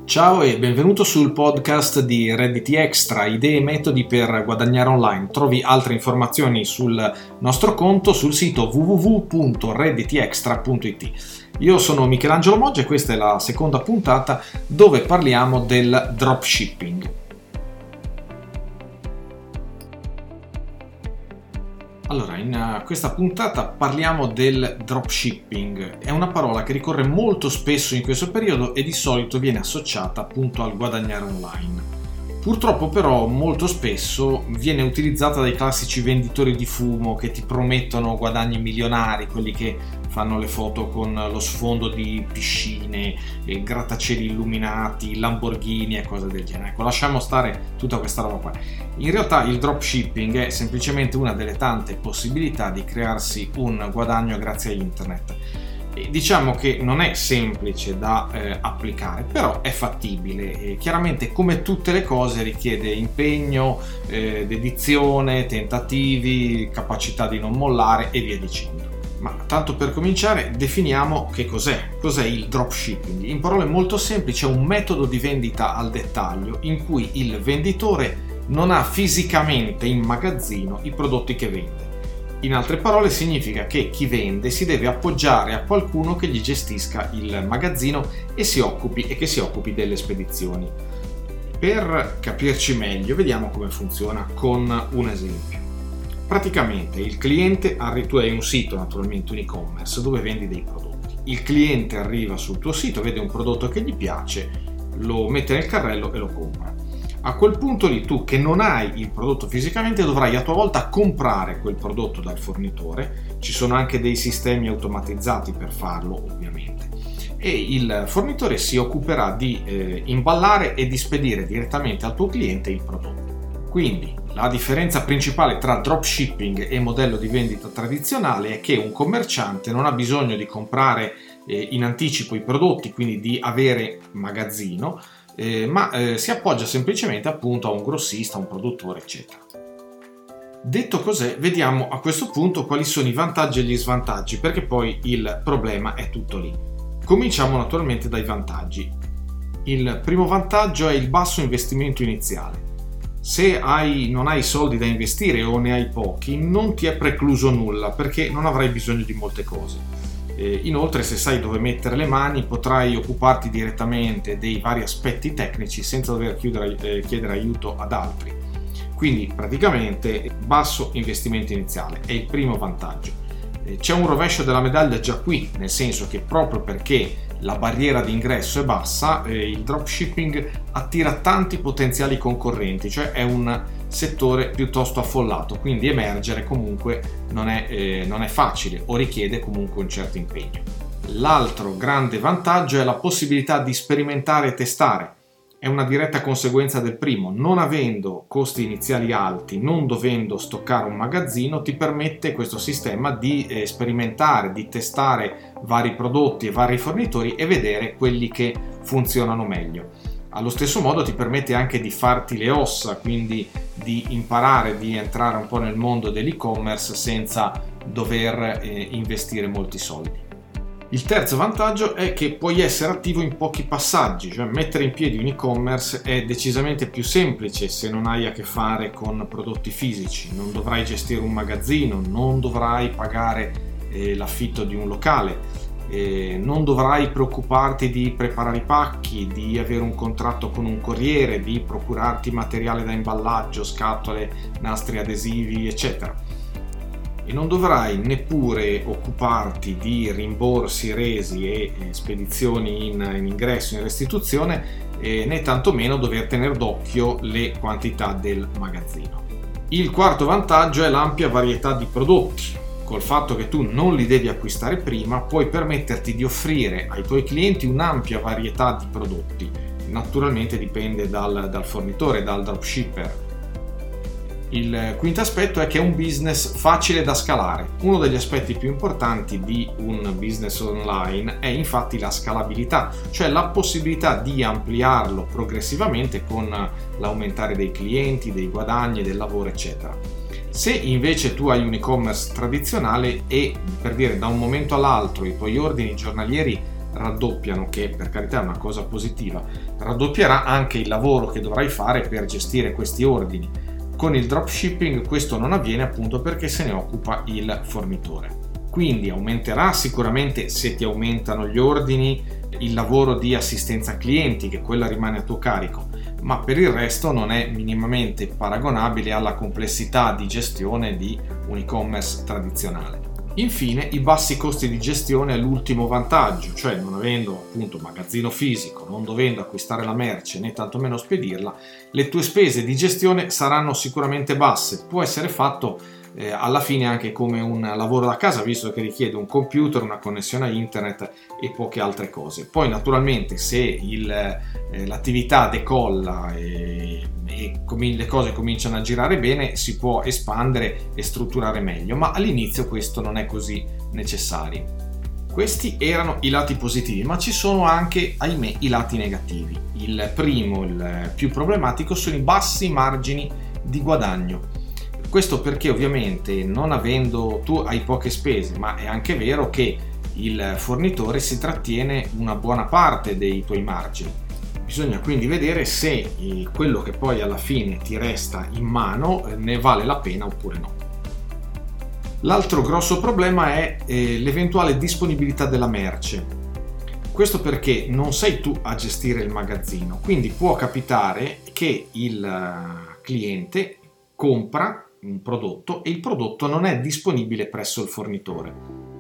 Ciao e benvenuto sul podcast di Redditi Extra, idee e metodi per guadagnare online. Trovi altre informazioni sul nostro conto sul sito www.redditiextra.it. Io sono Michelangelo Moggia e questa è la seconda puntata dove parliamo del dropshipping. Allora, in questa puntata parliamo del dropshipping. È una parola che ricorre molto spesso in questo periodo e di solito viene associata appunto al guadagnare online. Purtroppo però molto spesso viene utilizzata dai classici venditori di fumo che ti promettono guadagni milionari, quelli che fanno le foto con lo sfondo di piscine, grattacieli illuminati, Lamborghini e cose del genere. Ecco, lasciamo stare tutta questa roba qua. In realtà il dropshipping è semplicemente una delle tante possibilità di crearsi un guadagno grazie a internet. E diciamo che non è semplice da applicare, però è fattibile e chiaramente come tutte le cose richiede impegno, dedizione, tentativi, capacità di non mollare e via dicendo. Ma tanto per cominciare definiamo che cos'è il dropshipping. In parole molto semplici è un metodo di vendita al dettaglio in cui il venditore non ha fisicamente in magazzino i prodotti che vende. In altre parole significa che chi vende si deve appoggiare a qualcuno che gli gestisca il magazzino e che si occupi delle spedizioni. Per capirci meglio vediamo come funziona con un esempio. Praticamente il cliente, tu hai un sito, naturalmente un e-commerce dove vendi dei prodotti. Il cliente arriva sul tuo sito, vede un prodotto che gli piace, lo mette nel carrello e lo compra. A quel punto lì tu che non hai il prodotto fisicamente dovrai a tua volta comprare quel prodotto dal fornitore. Ci sono anche dei sistemi automatizzati per farlo ovviamente e il fornitore si occuperà di imballare e di spedire direttamente al tuo cliente il prodotto. Quindi la differenza principale tra dropshipping e modello di vendita tradizionale è che un commerciante non ha bisogno di comprare in anticipo i prodotti, quindi di avere magazzino, ma si appoggia semplicemente appunto a un grossista, a un produttore, eccetera. Detto così, vediamo a questo punto quali sono i vantaggi e gli svantaggi, perché poi il problema è tutto lì. Cominciamo naturalmente dai vantaggi. Il primo vantaggio è il basso investimento iniziale. Se non hai soldi da investire o ne hai pochi, non ti è precluso nulla perché non avrai bisogno di molte cose. Inoltre, se sai dove mettere le mani, potrai occuparti direttamente dei vari aspetti tecnici senza dover chiedere aiuto ad altri. Quindi, praticamente, basso investimento iniziale è il primo vantaggio. C'è un rovescio della medaglia già qui, nel senso che proprio perché la barriera di ingresso è bassa, il dropshipping attira tanti potenziali concorrenti, cioè è un settore piuttosto affollato, quindi emergere comunque non è facile o richiede comunque un certo impegno. L'altro grande vantaggio è la possibilità di sperimentare e testare. È una diretta conseguenza del primo. Non avendo costi iniziali alti, non dovendo stoccare un magazzino, ti permette questo sistema di sperimentare, di testare vari prodotti e vari fornitori e vedere quelli che funzionano meglio. Allo stesso modo ti permette anche di farti le ossa, quindi di imparare, di entrare un po' nel mondo dell'e-commerce senza dover investire molti soldi. Il terzo vantaggio è che puoi essere attivo in pochi passaggi, cioè mettere in piedi un e-commerce è decisamente più semplice se non hai a che fare con prodotti fisici, non dovrai gestire un magazzino, non dovrai pagare l'affitto di un locale, non dovrai preoccuparti di preparare i pacchi, di avere un contratto con un corriere, di procurarti materiale da imballaggio, scatole, nastri adesivi, eccetera. E non dovrai neppure occuparti di rimborsi resi e spedizioni in ingresso e in restituzione, né tantomeno dover tenere d'occhio le quantità del magazzino. Il quarto vantaggio è l'ampia varietà di prodotti. Col fatto che tu non li devi acquistare prima, puoi permetterti di offrire ai tuoi clienti un'ampia varietà di prodotti. Naturalmente dipende dal fornitore, dal dropshipper. Il quinto aspetto è che è un business facile da scalare. Uno degli aspetti più importanti di un business online è infatti la scalabilità, cioè la possibilità di ampliarlo progressivamente con l'aumentare dei clienti, dei guadagni, del lavoro, eccetera. Se invece tu hai un e-commerce tradizionale e per dire da un momento all'altro i tuoi ordini giornalieri raddoppiano, che per carità è una cosa positiva, raddoppierà anche il lavoro che dovrai fare per gestire questi ordini. Con il dropshipping questo non avviene appunto perché se ne occupa il fornitore. Quindi aumenterà sicuramente, se ti aumentano gli ordini, il lavoro di assistenza clienti, che quella rimane a tuo carico, ma per il resto non è minimamente paragonabile alla complessità di gestione di un e-commerce tradizionale. Infine, i bassi costi di gestione è l'ultimo vantaggio, cioè non avendo appunto magazzino fisico, non dovendo acquistare la merce né tantomeno spedirla, le tue spese di gestione saranno sicuramente basse. Può essere fatto alla fine anche come un lavoro da casa, visto che richiede un computer, una connessione a internet e poche altre cose. Poi naturalmente se l'attività decolla e le cose cominciano a girare bene, si può espandere e strutturare meglio, ma all'inizio questo non è così necessario. Questi erano i lati positivi, ma ci sono anche, ahimè, i lati negativi. Il primo, il più problematico, sono i bassi margini di guadagno. Questo perché ovviamente tu hai poche spese, ma è anche vero che il fornitore si trattiene una buona parte dei tuoi margini. Bisogna quindi vedere se quello che poi alla fine ti resta in mano ne vale la pena oppure no. L'altro grosso problema è l'eventuale disponibilità della merce. Questo perché non sei tu a gestire il magazzino, quindi può capitare che il cliente compra un prodotto e il prodotto non è disponibile presso il fornitore.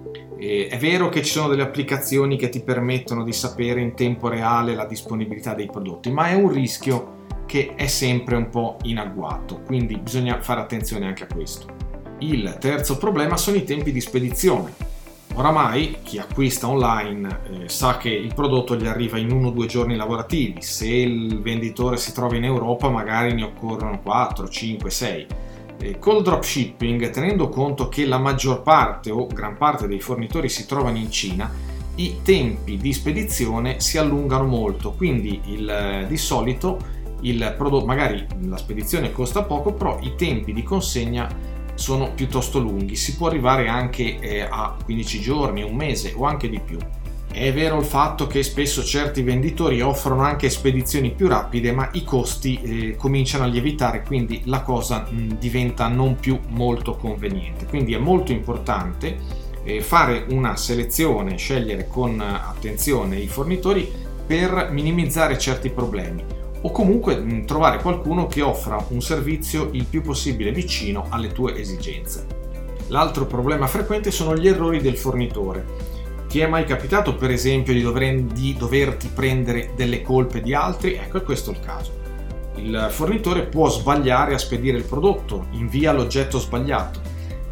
È vero che ci sono delle applicazioni che ti permettono di sapere in tempo reale la disponibilità dei prodotti, ma è un rischio che è sempre un po' in agguato, quindi bisogna fare attenzione anche a questo. Il terzo problema sono i tempi di spedizione. Oramai chi acquista online sa che il prodotto gli arriva in 1 o 2 giorni lavorativi. Se il venditore si trova in Europa magari ne occorrono 4, 5, 6. Col dropshipping, tenendo conto che la maggior parte o gran parte dei fornitori si trovano in Cina, i tempi di spedizione si allungano molto, quindi di solito il prodotto, magari la spedizione costa poco, però i tempi di consegna sono piuttosto lunghi, si può arrivare anche a 15 giorni, un mese o anche di più. È vero il fatto che spesso certi venditori offrono anche spedizioni più rapide, ma i costi cominciano a lievitare, quindi la cosa diventa non più molto conveniente. Quindi è molto importante fare una selezione, scegliere con attenzione i fornitori per minimizzare certi problemi, o comunque trovare qualcuno che offra un servizio il più possibile vicino alle tue esigenze. L'altro problema frequente sono gli errori del fornitore. Ti è mai capitato per esempio di doverti prendere delle colpe di altri? Ecco, è questo il caso. Il fornitore può sbagliare a spedire il prodotto, invia l'oggetto sbagliato.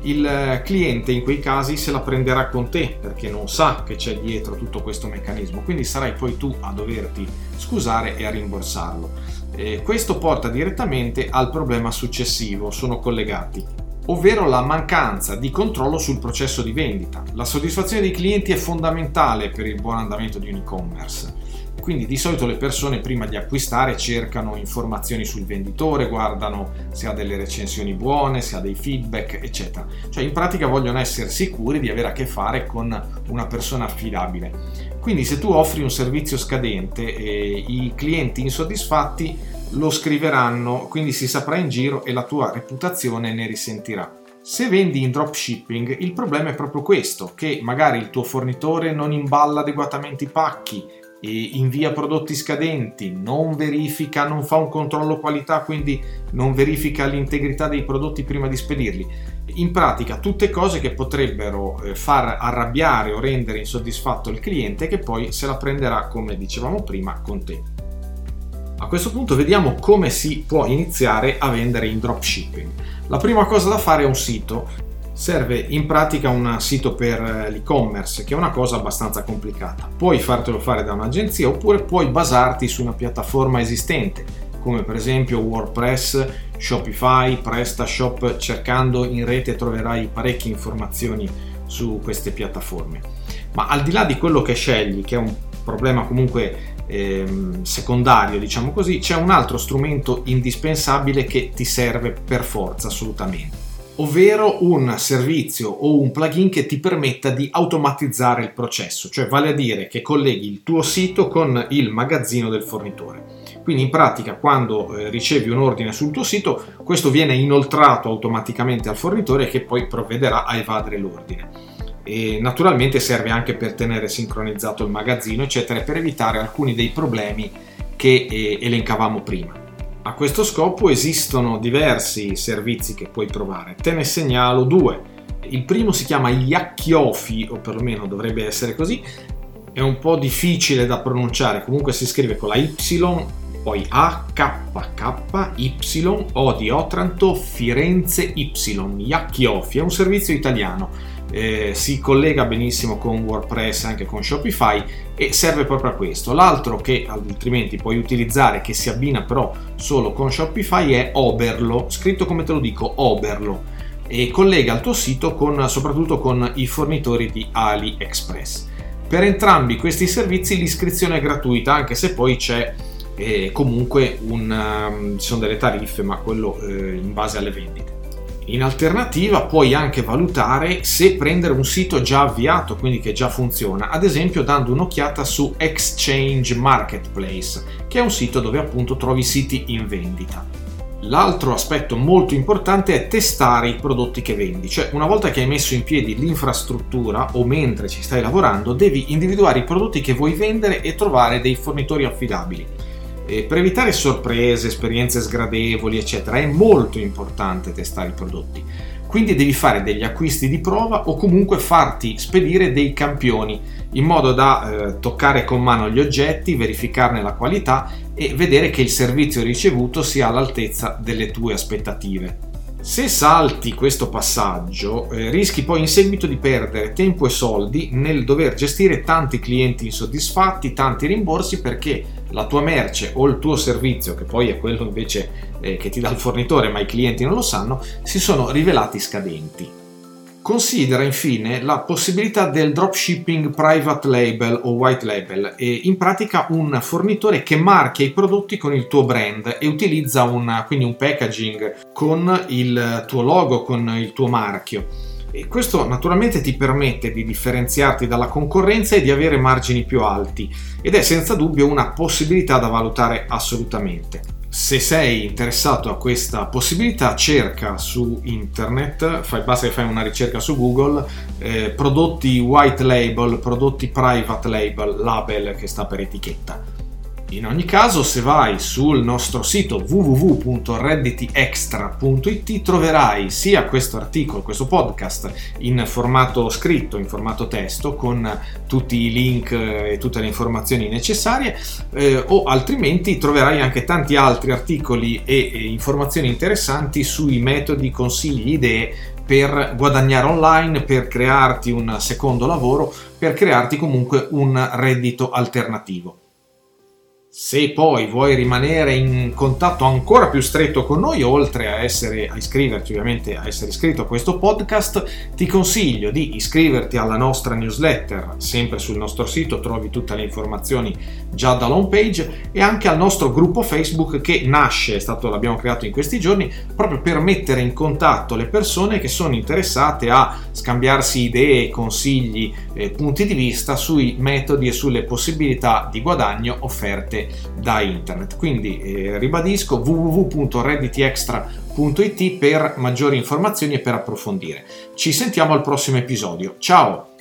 Il cliente in quei casi se la prenderà con te perché non sa che c'è dietro tutto questo meccanismo, quindi sarai poi tu a doverti scusare e a rimborsarlo. Questo porta direttamente al problema successivo, sono collegati, ovvero la mancanza di controllo sul processo di vendita. La soddisfazione dei clienti è fondamentale per il buon andamento di un e-commerce. Quindi di solito le persone prima di acquistare cercano informazioni sul venditore, guardano se ha delle recensioni buone, se ha dei feedback, eccetera. Cioè in pratica vogliono essere sicuri di avere a che fare con una persona affidabile. Quindi se tu offri un servizio scadente, i clienti insoddisfatti lo scriveranno, quindi si saprà in giro e la tua reputazione ne risentirà. Se vendi in dropshipping, il problema è proprio questo, che magari il tuo fornitore non imballa adeguatamente i pacchi e invia prodotti scadenti, non fa un controllo qualità, quindi non verifica l'integrità dei prodotti prima di spedirli. In pratica tutte cose che potrebbero far arrabbiare o rendere insoddisfatto il cliente, che poi se la prenderà, come dicevamo prima, con te. A questo punto vediamo come si può iniziare a vendere in dropshipping. La prima cosa da fare è un sito. Serve in pratica un sito per l'e-commerce, che è una cosa abbastanza complicata. Puoi fartelo fare da un'agenzia oppure puoi basarti su una piattaforma esistente, come per esempio WordPress, Shopify, PrestaShop. Cercando in rete troverai parecchie informazioni su queste piattaforme. Ma al di là di quello che scegli, che è un problema comunque secondario, diciamo così, c'è un altro strumento indispensabile che ti serve per forza assolutamente. ovvero un servizio o un plugin che ti permetta di automatizzare il processo, cioè vale a dire che colleghi il tuo sito con il magazzino del fornitore. Quindi in pratica quando ricevi un ordine sul tuo sito, questo viene inoltrato automaticamente al fornitore che poi provvederà a evadere l'ordine. E naturalmente serve anche per tenere sincronizzato il magazzino, eccetera, per evitare alcuni dei problemi che elencavamo prima. A questo scopo esistono diversi servizi che puoi provare, te ne segnalo due. Il primo si chiama Yakkyofi, o perlomeno dovrebbe essere così, è un po' difficile da pronunciare, comunque si scrive con la Y, poi AKKY, O di Otranto, Firenze Y, Yakkyofi, è un servizio italiano. Si collega benissimo con WordPress, anche con Shopify, e serve proprio a questo. L'altro che altrimenti puoi utilizzare, che si abbina però solo con Shopify, è Oberlo, scritto come te lo dico, Oberlo, e collega il tuo sito soprattutto con i fornitori di AliExpress. Per entrambi questi servizi l'iscrizione è gratuita, anche se poi c'è comunque ci sono delle tariffe, ma quello in base alle vendite. In alternativa puoi anche valutare se prendere un sito già avviato, quindi che già funziona, ad esempio dando un'occhiata su Exchange Marketplace, che è un sito dove appunto trovi siti in vendita. L'altro aspetto molto importante è testare i prodotti che vendi, cioè una volta che hai messo in piedi l'infrastruttura o mentre ci stai lavorando, devi individuare i prodotti che vuoi vendere e trovare dei fornitori affidabili. Per evitare sorprese, esperienze sgradevoli, eccetera, è molto importante testare i prodotti. Quindi devi fare degli acquisti di prova o comunque farti spedire dei campioni in modo da toccare con mano gli oggetti, verificarne la qualità e vedere che il servizio ricevuto sia all'altezza delle tue aspettative. Se salti questo passaggio, rischi poi in seguito di perdere tempo e soldi nel dover gestire tanti clienti insoddisfatti, tanti rimborsi, perché la tua merce o il tuo servizio, che poi è quello invece che ti dà il fornitore ma i clienti non lo sanno, si sono rivelati scadenti. Considera infine la possibilità del dropshipping private label o white label, in pratica un fornitore che marchia i prodotti con il tuo brand e utilizza quindi un packaging con il tuo logo, con il tuo marchio. E questo naturalmente ti permette di differenziarti dalla concorrenza e di avere margini più alti, ed è senza dubbio una possibilità da valutare assolutamente. Se sei interessato a questa possibilità, cerca su internet, basta che fai una ricerca su Google, prodotti white label, prodotti private label che sta per etichetta. In ogni caso, se vai sul nostro sito www.redditextra.it troverai sia questo articolo, questo podcast in formato scritto, in formato testo, con tutti i link e tutte le informazioni necessarie, o altrimenti troverai anche tanti altri articoli e informazioni interessanti sui metodi, consigli, idee per guadagnare online, per crearti un secondo lavoro, per crearti comunque un reddito alternativo. Se poi vuoi rimanere in contatto ancora più stretto con noi, oltre a iscriverti ovviamente, a essere iscritto a questo podcast, ti consiglio di iscriverti alla nostra newsletter. Sempre sul nostro sito trovi tutte le informazioni già dalla home page, e anche al nostro gruppo Facebook che l'abbiamo creato in questi giorni proprio per mettere in contatto le persone che sono interessate a scambiarsi idee, consigli, punti di vista sui metodi e sulle possibilità di guadagno offerte da internet. Quindi ribadisco www.redditextra.it per maggiori informazioni e per approfondire. Ci sentiamo al prossimo episodio. Ciao!